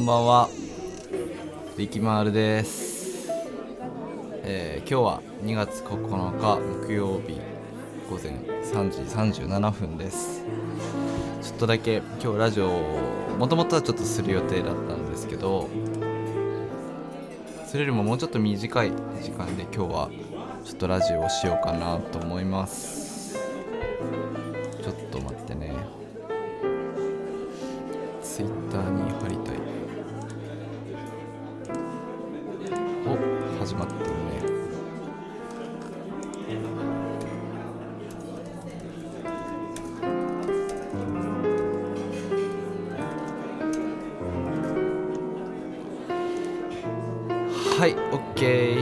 ばんは、リキマールです。今日は2月9日木曜日午前3時37分です。ちょっとだけ今日ラジオもともとはちょっとする予定だったんですけど、それよりももうちょっと短い時間で今日はちょっとラジオをしようかなと思います。ちょっと待ってね、ツイッターに貼りたい。お、始まってるね。はい、OK。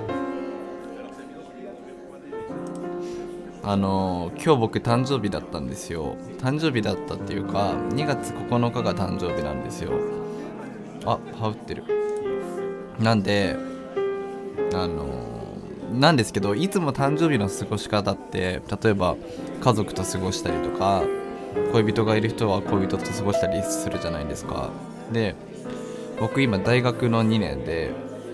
今日僕誕生日だったんですよ。誕生日だったっていうか2月9日が誕生日なんですよ。あ、羽織ってる。なんでなんですけど、いつも誕生日の過ごし方って例えば家族と過ごしたりとか、恋人がいる人は恋人と過ごしたりするじゃないですか。で、僕今大学の2年で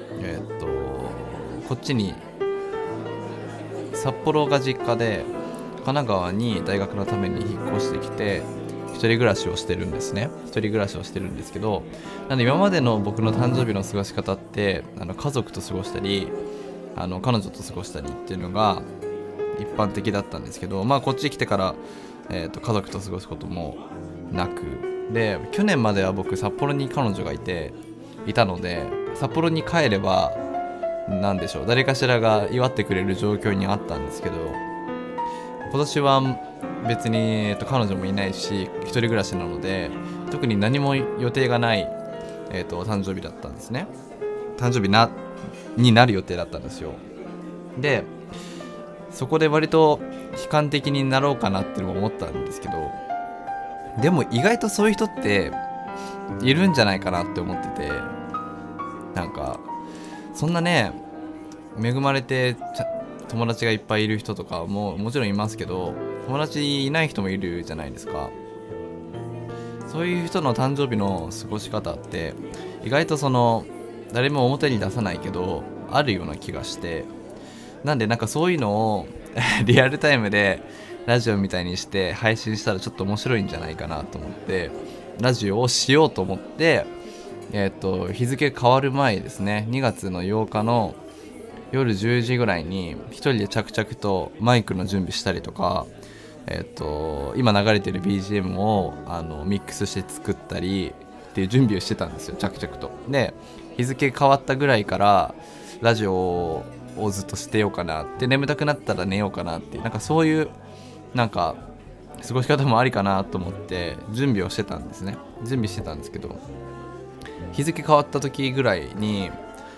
こっちに札幌が実家で神奈川に大学のために引っ越してきて一人暮らしをしてるんですね。一人暮らしをしてるんですけど、なんで今までの僕の誕生日の過ごし方って家族と過ごしたり彼女と過ごしたりっていうのが一般的だったんですけど、こっち来てから、家族と過ごすこともなく、で去年までは僕札幌に彼女がいたので、札幌に帰ればなんでしょう、誰かしらが祝ってくれる状況にあったんですけど、今年は別に、彼女もいないし一人暮らしなので特に何も予定がない、誕生日だったんですね。誕生日になる予定だったんですよ。でそこで割と悲観的になろうかなっていうのも思ったんですけど、でも意外とそういう人っているんじゃないかなって思ってて、なんかそんなね、恵まれて友達がいっぱいいる人とかももちろんいますけど、友達いない人もいるじゃないですか。そういう人の誕生日の過ごし方って意外と誰も表に出さないけどあるような気がして、なんでそういうのをリアルタイムでラジオみたいにして配信したらちょっと面白いんじゃないかなと思ってラジオをしようと思って、日付変わる前ですね、2月の8日の夜10時ぐらいに一人で着々とマイクの準備したりとか、今流れてる BGM をミックスして作ったりっていう準備をしてたんですよ、着々と。で日付変わったぐらいからラジオをずっとしてようかなって、眠たくなったら寝ようかなっていう、そういう過ごし方もありかなと思って準備してたんですけど、日付変わった時ぐらいに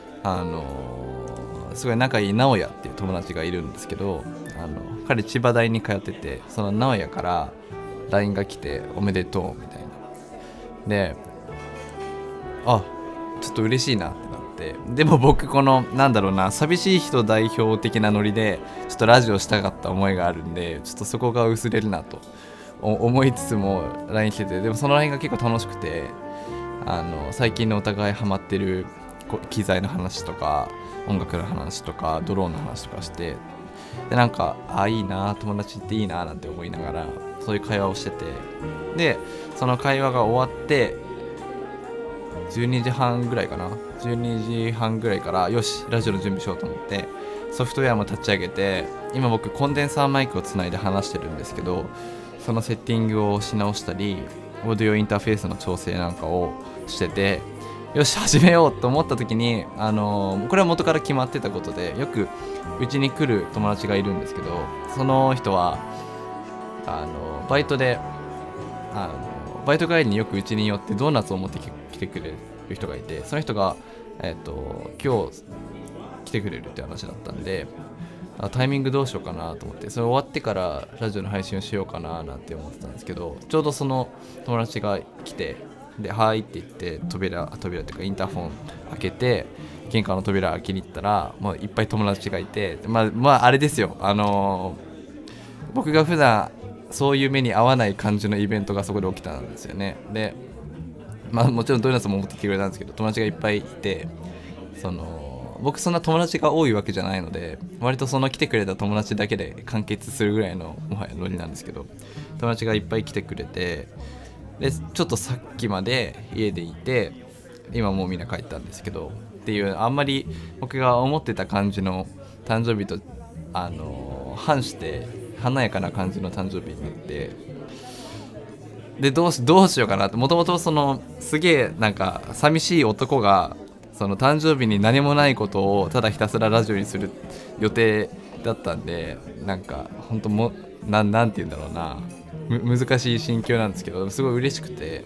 すごい仲いい直哉っていう友達がいるんですけど、彼千葉大に通ってて、その直哉から LINE が来ておめでとうみたいな。で、ちょっと嬉しいなってなって、でも僕寂しい人代表的なノリでちょっとラジオしたかった思いがあるんで、ちょっとそこが薄れるなと思いつつも LINE 来てて、でもその LINE が結構楽しくて、最近のお互いハマってる機材の話とか音楽の話とかドローンの話とかして、でいいな、友達っていいななんて思いながらそういう会話をしてて、でその会話が終わって12時半ぐらいからよしラジオの準備しようと思ってソフトウェアも立ち上げて、今僕コンデンサーマイクをつないで話してるんですけど、そのセッティングをし直したりオーディオインターフェースの調整なんかをしてて、よし始めようと思った時にこれは元から決まってたことで、よくうちに来る友達がいるんですけど、その人はバイト帰りによくうちに寄ってドーナツを持ってきてくれる人がいて、その人が今日来てくれるって話だったんで、タイミングどうしようかなと思って、それ終わってからラジオの配信をしようかななんて思ってたんですけど、ちょうどその友達が来て、ではいって言って扉っていうかインターフォン開けて玄関の扉開けに行ったら、いっぱい友達がいて、あれですよ、僕が普段そういう目に合わない感じのイベントがそこで起きたんですよね。でまあもちろんドーナツも持ってきてくれたんですけど、友達がいっぱいいて、僕そんな友達が多いわけじゃないので、割とその来てくれた友達だけで完結するぐらいのもはやノリなんですけど、友達がいっぱい来てくれて、でちょっとさっきまで家でいて、今もうみんな帰ったんですけどっていう、あんまり僕が思ってた感じの誕生日と反して華やかな感じの誕生日になって、でどうしようかなって、もともとすげえなんか寂しい男が誕生日に何もないことをただひたすらラジオにする予定だったんで、なんか本当なんて言うんだろうな、難しい心境なんですけど、すごい嬉しくて、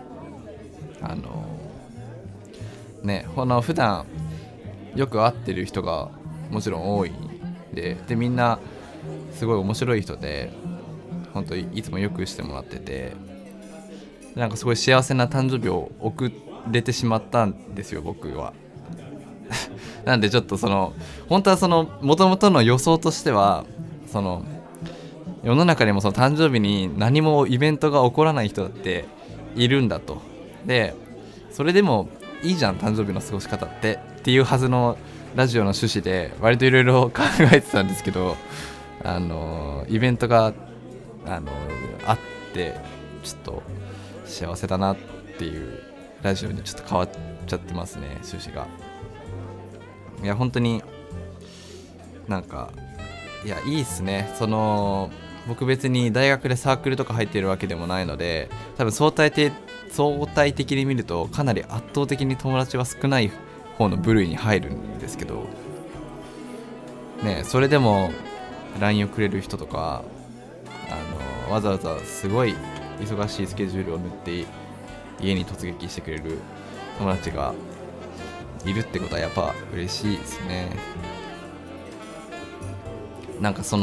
普段よく会ってる人がもちろん多いんで、みんなすごい面白い人で、本当いつもよくしてもらってて、なんかすごい幸せな誕生日を送れてしまったんですよ、僕は。なんでちょっと本当は元々の予想としては、世の中にも誕生日に何もイベントが起こらない人だっているんだと。でそれでもいいじゃん誕生日の過ごし方っていうはずのラジオの趣旨で割といろいろ考えてたんですけど、イベントがあってちょっと幸せだなっていうラジオにちょっと変わっちゃってますね、趣旨が。いや本当になんかいいっすね。僕別に大学でサークルとか入っているわけでもないので、多分相対的に見るとかなり圧倒的に友達は少ない方の部類に入るんですけどね、それでも LINE をくれる人とか、わざわざすごい忙しいスケジュールを縫って家に突撃してくれる友達がいるってことはやっぱ嬉しいですね。なんか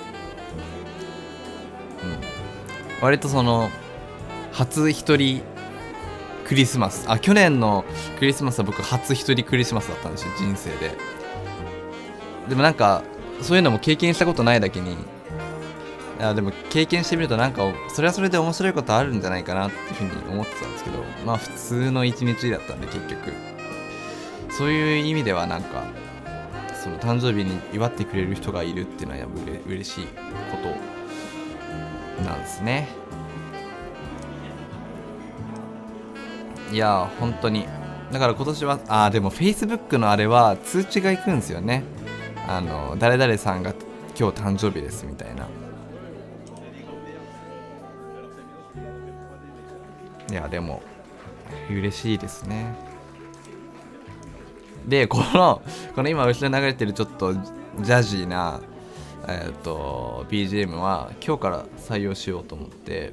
割と初一人クリスマス、去年のクリスマスは僕初一人クリスマスだったんですよ、人生で。でもなんかそういうのも経験したことないだけに、でも経験してみるとなんかそれはそれで面白いことあるんじゃないかなっていうふうに思ってたんですけど、まあ普通の一日だったんで、結局そういう意味ではなんか誕生日に祝ってくれる人がいるっていうのは嬉しいことなんですね。いや本当にだから今年はでも Facebook のあれは通知が行くんですよね。誰々さんが今日誕生日ですみたいな。いやでも嬉しいですね。でこの今後ろに流れてるちょっとジャジーなBGM は今日から採用しようと思って、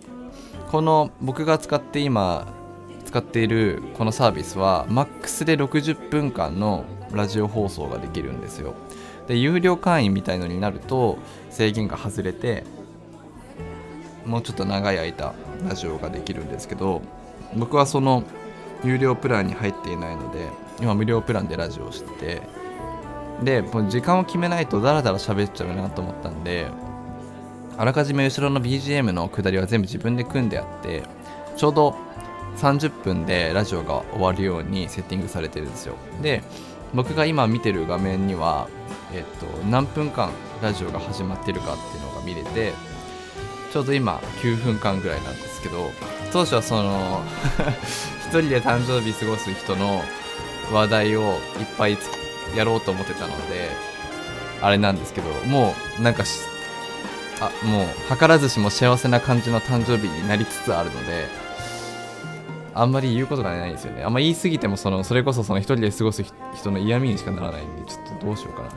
僕が使っているこのサービスはマックスで60分間のラジオ放送ができるんですよ。で有料会員みたいのになると制限が外れてもうちょっと長い間ラジオができるんですけど、僕は有料プランに入っていないので今無料プランでラジオをしてて、でもう時間を決めないとダラダラ喋っちゃうなと思ったんで、あらかじめ後ろの BGM の下りは全部自分で組んであって、ちょうど30分でラジオが終わるようにセッティングされてるんですよ。で僕が今見てる画面には、何分間ラジオが始まってるかっていうのが見れて、ちょうど今9分間ぐらいなんですけど、当初は一人で誕生日過ごす人の話題をいっぱいやろうと思ってたのであれなんですけど、もうなんかもう図らずしも幸せな感じの誕生日になりつつあるので、あんまり言うことがないんですよね。あんま言い過ぎてもそれこそ一人で過ごす人の嫌味にしかならないんで、ちょっとどうしようかな。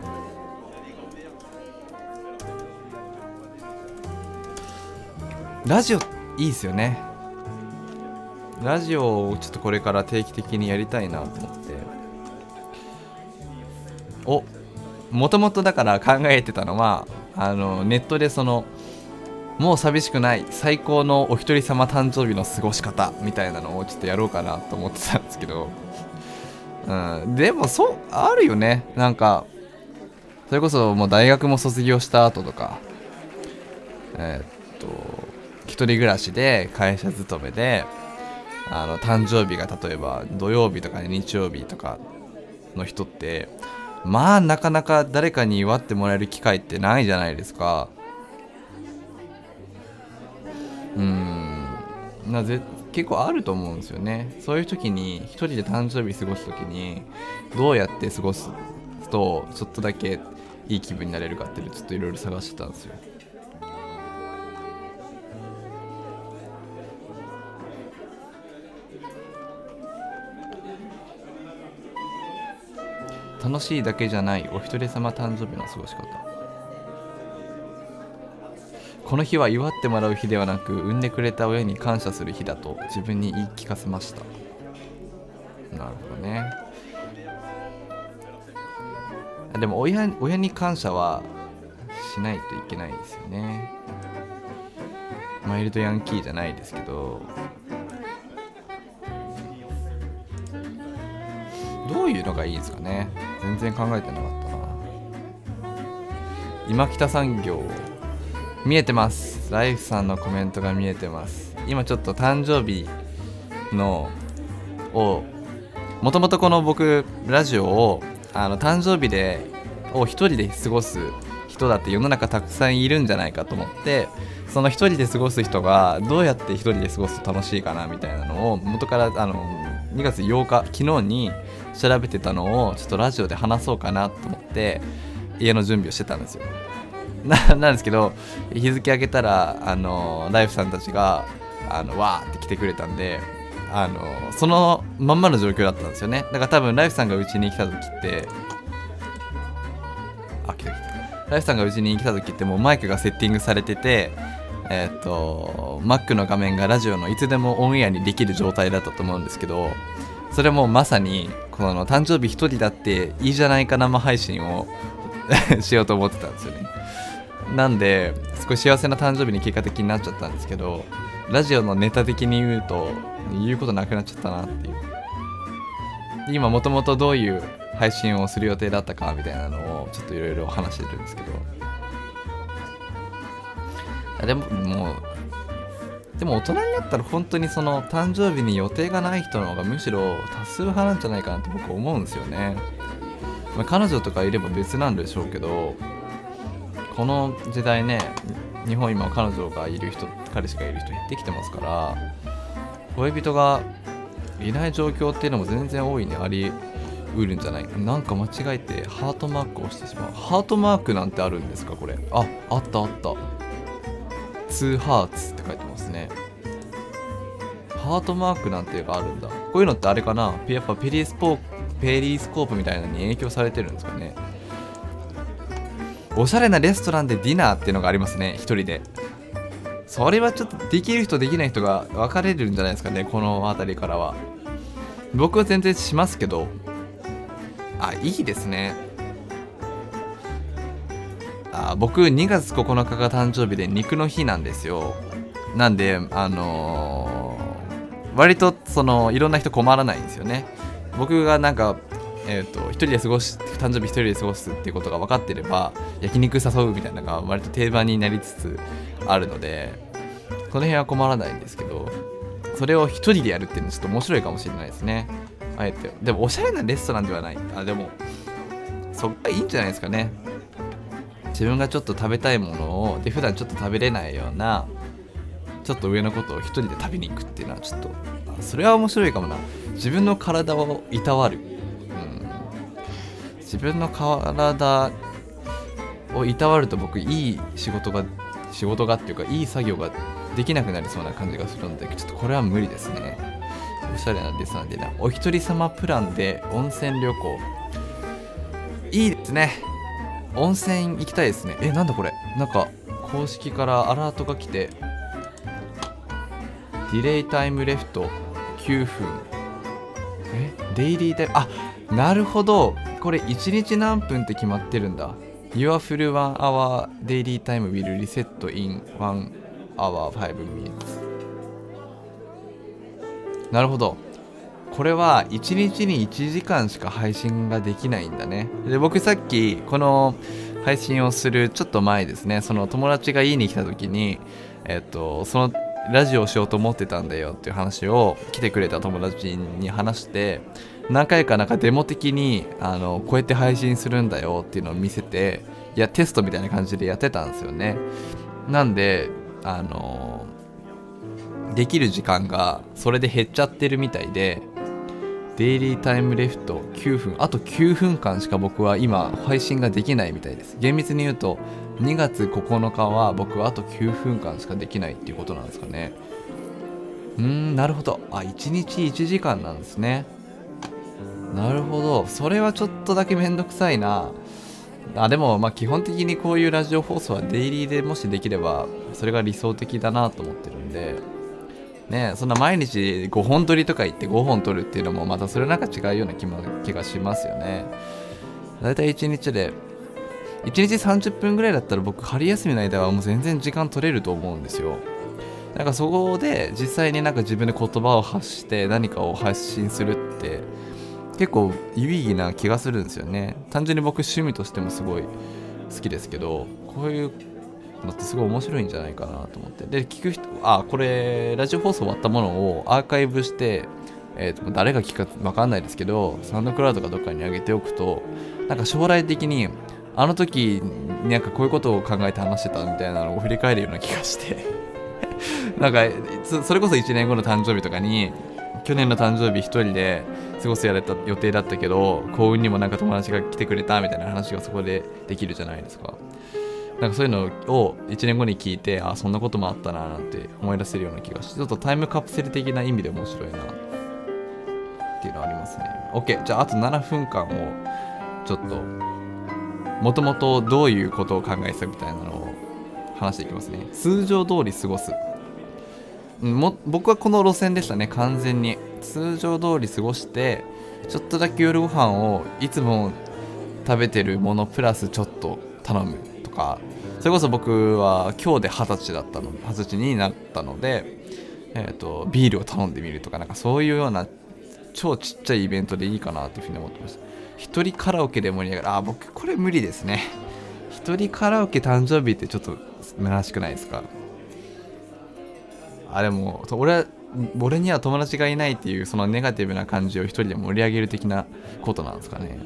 ラジオいいですよね。ラジオをちょっとこれから定期的にやりたいなと思って、もともとだから考えてたのはネットでもう寂しくない最高のお一人様誕生日の過ごし方みたいなのをちょっとやろうかなと思ってたんですけど、でもあるよね。なんかそれこそもう大学も卒業した後とか一人暮らしで会社勤めで誕生日が例えば土曜日とか日曜日とかの人って、まあなかなか誰かに祝ってもらえる機会ってないじゃないですか。結構あると思うんですよね。そういう時に一人で誕生日過ごす時にどうやって過ごすとちょっとだけいい気分になれるかっていうのをちょっといろいろ探してたんですよ。楽しいだけじゃないお一人様誕生日の過ごし方。この日は祝ってもらう日ではなく、産んでくれた親に感謝する日だと自分に言い聞かせました。なるほどね。でも親に感謝はしないといけないですよね。マイルドヤンキーじゃないですけど、どういうのがいいですかね。全然考えてなかったな。今北産業見えてます。ライフさんのコメントが見えてます。今ちょっと誕生日のをもともとこの僕ラジオを誕生日を一人で過ごす人だって世の中たくさんいるんじゃないかと思って、その一人で過ごす人がどうやって一人で過ごすと楽しいかなみたいなのを元から2月8日昨日に調べてたのをちょっとラジオで話そうかなと思って家の準備をしてたんですよ。なんですけど、日付開けたらライフさんたちがわーって来てくれたんで、そのまんまの状況だったんですよね。だから多分ライフさんがうちに来た時ってライフさんがうちに来た時ってもうマイクがセッティングされてて、Mac の画面がラジオのいつでもオンエアにできる状態だったと思うんですけど、それもまさにこの誕生日一人だっていいじゃないか生配信をしようと思ってたんですよね。なんで少し幸せな誕生日に結果的になっちゃったんですけど、ラジオのネタ的に言うと言うことなくなっちゃったなっていう。今もともとどういう配信をする予定だったかみたいなのをちょっといろいろ話してるんですけど、でも大人になったら本当にその誕生日に予定がない人の方がむしろ多数派なんじゃないかなと僕思うんですよね。彼女とかいれば別なんでしょうけど、この時代ね、日本今彼女がいる人、彼氏がいる人減ってきてますから、恋人がいない状況っていうのも全然大いにありうるんじゃないか。なんか間違えてハートマークを押してしまう。ハートマークなんてあるんですかこれ。あった。2ハーツって書いてますね。ハートマークなんていうのがあるんだ。こういうのってあれかな、やっぱペリースコープみたいなのに影響されてるんですかね。おしゃれなレストランでディナーっていうのがありますね、一人で。それはちょっとできる人できない人が分かれるんじゃないですかね、この辺りからは。僕は全然しますけど、いいですね。僕2月9日が誕生日で肉の日なんですよ。なんで割といろんな人困らないんですよね。僕がなんか一人で誕生日一人で過ごすっていうことが分かってれば焼肉誘うみたいなのが割と定番になりつつあるので、この辺は困らないんですけど、それを一人でやるっていうのはちょっと面白いかもしれないですね。あえてでもおしゃれなレストランではない。でもそっがいいんじゃないですかね。自分がちょっと食べたいものを普段ちょっと食べれないようなちょっと上のことを一人で食べに行くっていうのはちょっとそれは面白いかもな。自分の体をいたわる、自分の体をいたわると僕いい仕事がっていうかいい作業ができなくなりそうな感じがするので、ちょっとこれは無理ですね。おしゃれなレストランでお一人様プランで温泉旅行いいですね。温泉行きたいですね。なんだこれ、なんか公式からアラートが来て、ディレイタイムレフト9分、デイリータイム、なるほど、これ1日何分って決まってるんだ。 Your full 1 hour daily time will reset in 1 hour 5 minutes。 なるほど、これは1日に1時間しか配信ができないんだね。で僕さっきこの配信をするちょっと前ですね、その友達が家に来た時にそのラジオをしようと思ってたんだよっていう話を来てくれた友達に話して、何回かなんかデモ的にこうやって配信するんだよっていうのを見せて、いやテストみたいな感じでやってたんですよね。なんでできる時間がそれで減っちゃってるみたいで、デイリータイムレフト9分、あと9分間しか僕は今配信ができないみたいです。厳密に言うと2月9日は僕はあと9分間しかできないっていうことなんですかね。なるほど。1日1時間なんですね。なるほど。それはちょっとだけめんどくさいな。でも基本的にこういうラジオ放送はデイリーでもしできればそれが理想的だなと思ってるんでね。そんな毎日5本撮りとか言って5本撮るっていうのもまたそれなんか違うような気がしますよね。だいたい1日30分ぐらいだったら僕春休みの間はもう全然時間取れると思うんですよ。なんかそこで実際になんか自分で言葉を発して何かを発信するって結構有意義な気がするんですよね。単純に僕趣味としてもすごい好きですけど、こういうのってすごい面白いんじゃないかなと思って、で聞く人これラジオ放送終わったものをアーカイブして、誰が聞くか分かんないですけどサウンドクラウドかどっかに上げておくと、なんか将来的にあの時なんかこういうことを考えて話してたみたいなのを振り返るような気がしてなんかそれこそ1年後の誕生日とかに、去年の誕生日一人で過ごす予定だったけど幸運にもなんか友達が来てくれたみたいな話がそこでできるじゃないですか。なんかそういうのを1年後に聞いて、そんなこともあったななんて思い出せるような気がして、ちょっとタイムカプセル的な意味で面白いなっていうのはありますね。 OK、 じゃああと7分間をちょっともともとどういうことを考えてたみたいなのを話していきますね。通常通り過ごす。僕はこの路線でしたね。完全に通常通り過ごして、ちょっとだけ夜ご飯をいつも食べてるものプラスちょっと頼むとか、それこそ僕は今日で20歳になったので、ビールを頼んでみるとか、なんかそういうような超ちっちゃいイベントでいいかなというふうに思ってました。一人カラオケで盛り上がる。僕これ無理ですね。一人カラオケ誕生日ってちょっと虚しくないですか。でも俺には友達がいないっていうそのネガティブな感じを一人で盛り上げる的なことなんですかね。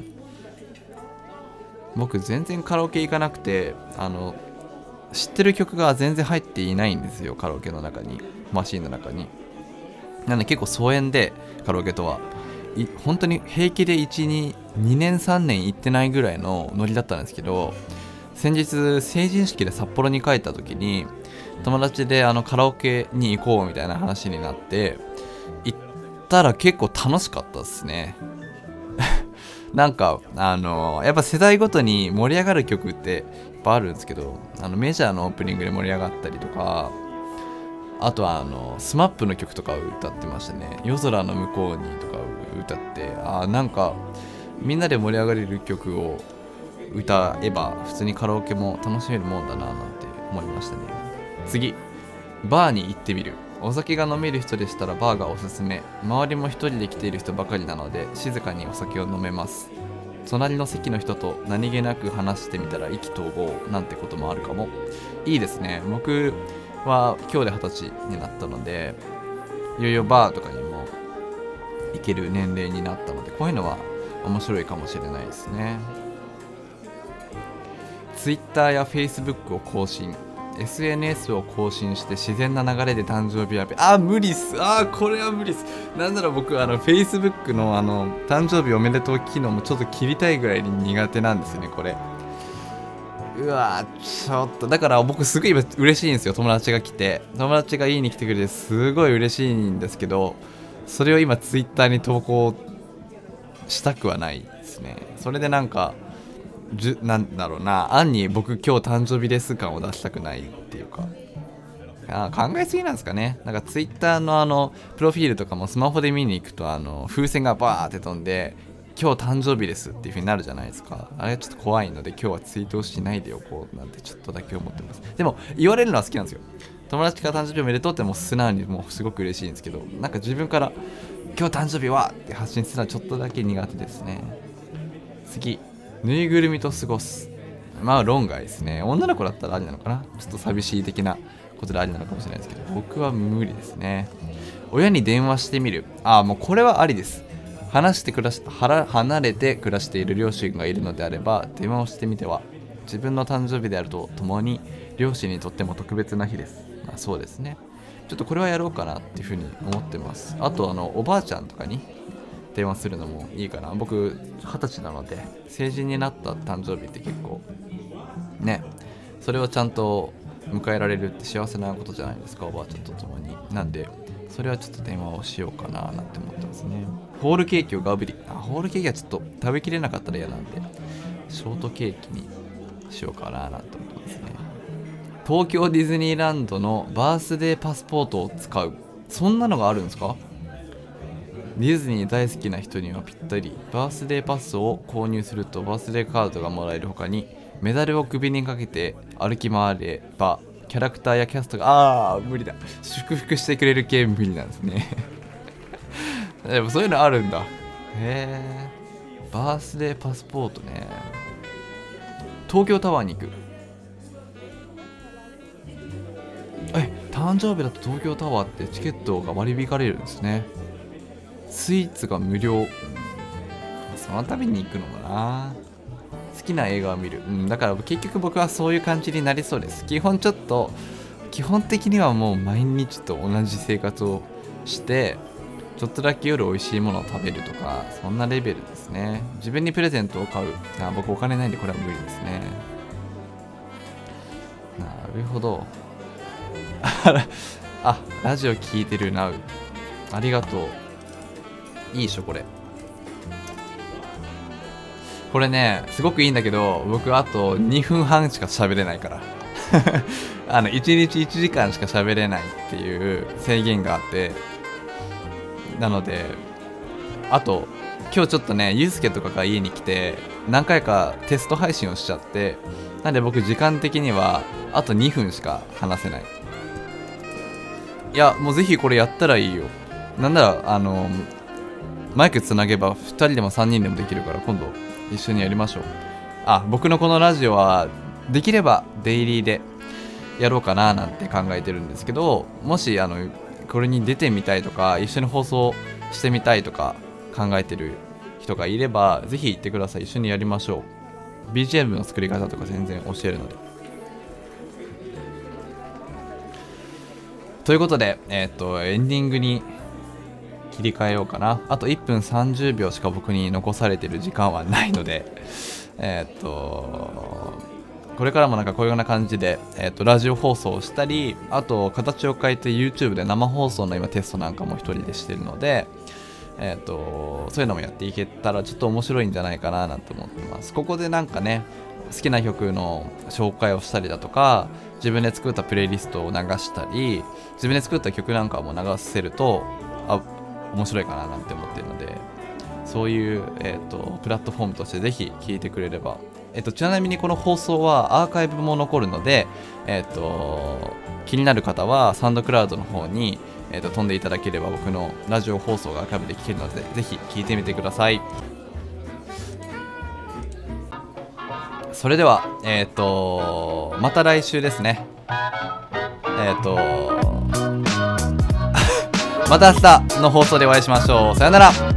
僕全然カラオケ行かなくて、知ってる曲が全然入っていないんですよ、カラオケの中に、マシーンの中に。なんで結構疎遠で、カラオケとは本当に平気で2年3年行ってないぐらいのノリだったんですけど、先日成人式で札幌に帰った時に友達でカラオケに行こうみたいな話になって行ったら結構楽しかったですねなんかやっぱ世代ごとに盛り上がる曲っていっぱいあるんですけど、メジャーのオープニングで盛り上がったりとか、あとはスマップの曲とかを歌ってましたね。夜空の向こうにとか歌って、なんかみんなで盛り上がれる曲を歌えば普通にカラオケも楽しめるもんだななんて思いましたね。次、バーに行ってみる。お酒が飲める人でしたらバーがおすすめ。周りも一人で来ている人ばかりなので静かにお酒を飲めます。隣の席の人と何気なく話してみたら意気投合なんてこともあるかも。いいですね。僕は今日で20歳になったので、いよいよバーとかにも行ける年齢になったので、こういうのは面白いかもしれないですね。Twitter や Facebook を更新。SNS を更新して自然な流れで誕生日は無理っす。これは無理っす。なんなら僕Facebook の誕生日おめでとう機能もちょっと切りたいぐらいに苦手なんですよね、これ。ちょっとだから僕すごい嬉しいんですよ。友達が言いに来てくれてすごい嬉しいんですけど、それを今 Twitter に投稿したくはないですね。それでなんかなんだろうな、暗に僕今日誕生日です感を出したくないっていうか、考えすぎなんですかね。なんかツイッターのプロフィールとかもスマホで見に行くと風船がバーって飛んで今日誕生日ですっていう風になるじゃないですか。あれちょっと怖いので今日はツイートをしないでおこうなんてちょっとだけ思ってます。でも言われるのは好きなんですよ。友達から誕生日おめでとうってもう素直にもうすごく嬉しいんですけど、なんか自分から今日誕生日はって発信するのはちょっとだけ苦手ですね。次、ぬいぐるみと過ごす。論外ですね。女の子だったらありなのかな。ちょっと寂しい的なことでありなのかもしれないですけど、僕は無理ですね。親に電話してみる。もうこれはありです。離れて暮らしている両親がいるのであれば、電話をしてみては。自分の誕生日であるとともに両親にとっても特別な日です。そうですね。ちょっとこれはやろうかなっていうふうに思ってます。あとおばあちゃんとかに電話するのもいいかな。僕20歳なので、成人になった誕生日って結構ね、それをちゃんと迎えられるって幸せなことじゃないですか、おばあちゃんと共に。なんでそれはちょっと電話をしようかななんて思ってますね。ホールケーキをガブリ。ホールケーキはちょっと食べきれなかったら嫌なんで、ショートケーキにしようかななんて思ってますね。東京ディズニーランドのバースデーパスポートを使う。そんなのがあるんですか？ディズニー大好きな人にはぴったり。バースデーパスを購入するとバースデーカードがもらえるほかに、メダルを首にかけて歩き回ればキャラクターやキャストが無理だ、祝福してくれる系無理なんですねでもそういうのあるんだ。バースデーパスポートね。東京タワーに行く。誕生日だと東京タワーってチケットが割り引かれるんですね。スイーツが無料。そのために行くのかな。好きな映画を見る。だから結局僕はそういう感じになりそうです。基本的にはもう毎日と同じ生活をして、ちょっとだけ夜美味しいものを食べるとか、そんなレベルですね。自分にプレゼントを買う。僕お金ないんでこれは無理ですね。なるほどラジオ聞いてるなう。ありがとう。いいでしょこれ。これね、すごくいいんだけど、僕あと2分半しか喋れないから1日1時間しか喋れないっていう制限があって、なのであと今日ちょっとね、ゆうすけとかが家に来て何回かテスト配信をしちゃって、なんで僕時間的にはあと2分しか話せない。いやもうぜひこれやったらいいよ。なんならマイクつなげば2人でも3人でもできるから、今度一緒にやりましょう。僕のこのラジオはできればデイリーでやろうかななんて考えてるんですけど、もしこれに出てみたいとか一緒に放送してみたいとか考えてる人がいればぜひ言ってください。一緒にやりましょう。 BGM の作り方とか全然教えるので。ということでエンディングに切り替えようかな。あと1分30秒しか僕に残されてる時間はないので、これからもこういうような感じで、ラジオ放送をしたり、あと形を変えて YouTube で生放送の今テストなんかも一人でしてるので、そういうのもやっていけたらちょっと面白いんじゃないかななんて思ってます。ここで好きな曲の紹介をしたりだとか、自分で作ったプレイリストを流したり、自分で作った曲なんかも流せると面白いかななんて思ってるので、そういう、プラットフォームとしてぜひ聴いてくれれば。ちなみにこの放送はアーカイブも残るので、気になる方はサウンドクラウドの方に、飛んでいただければ僕のラジオ放送がアーカイブで聴けるので、ぜひ聴いてみてください。それではまた来週ですね。また明日の放送でお会いしましょう。さよなら。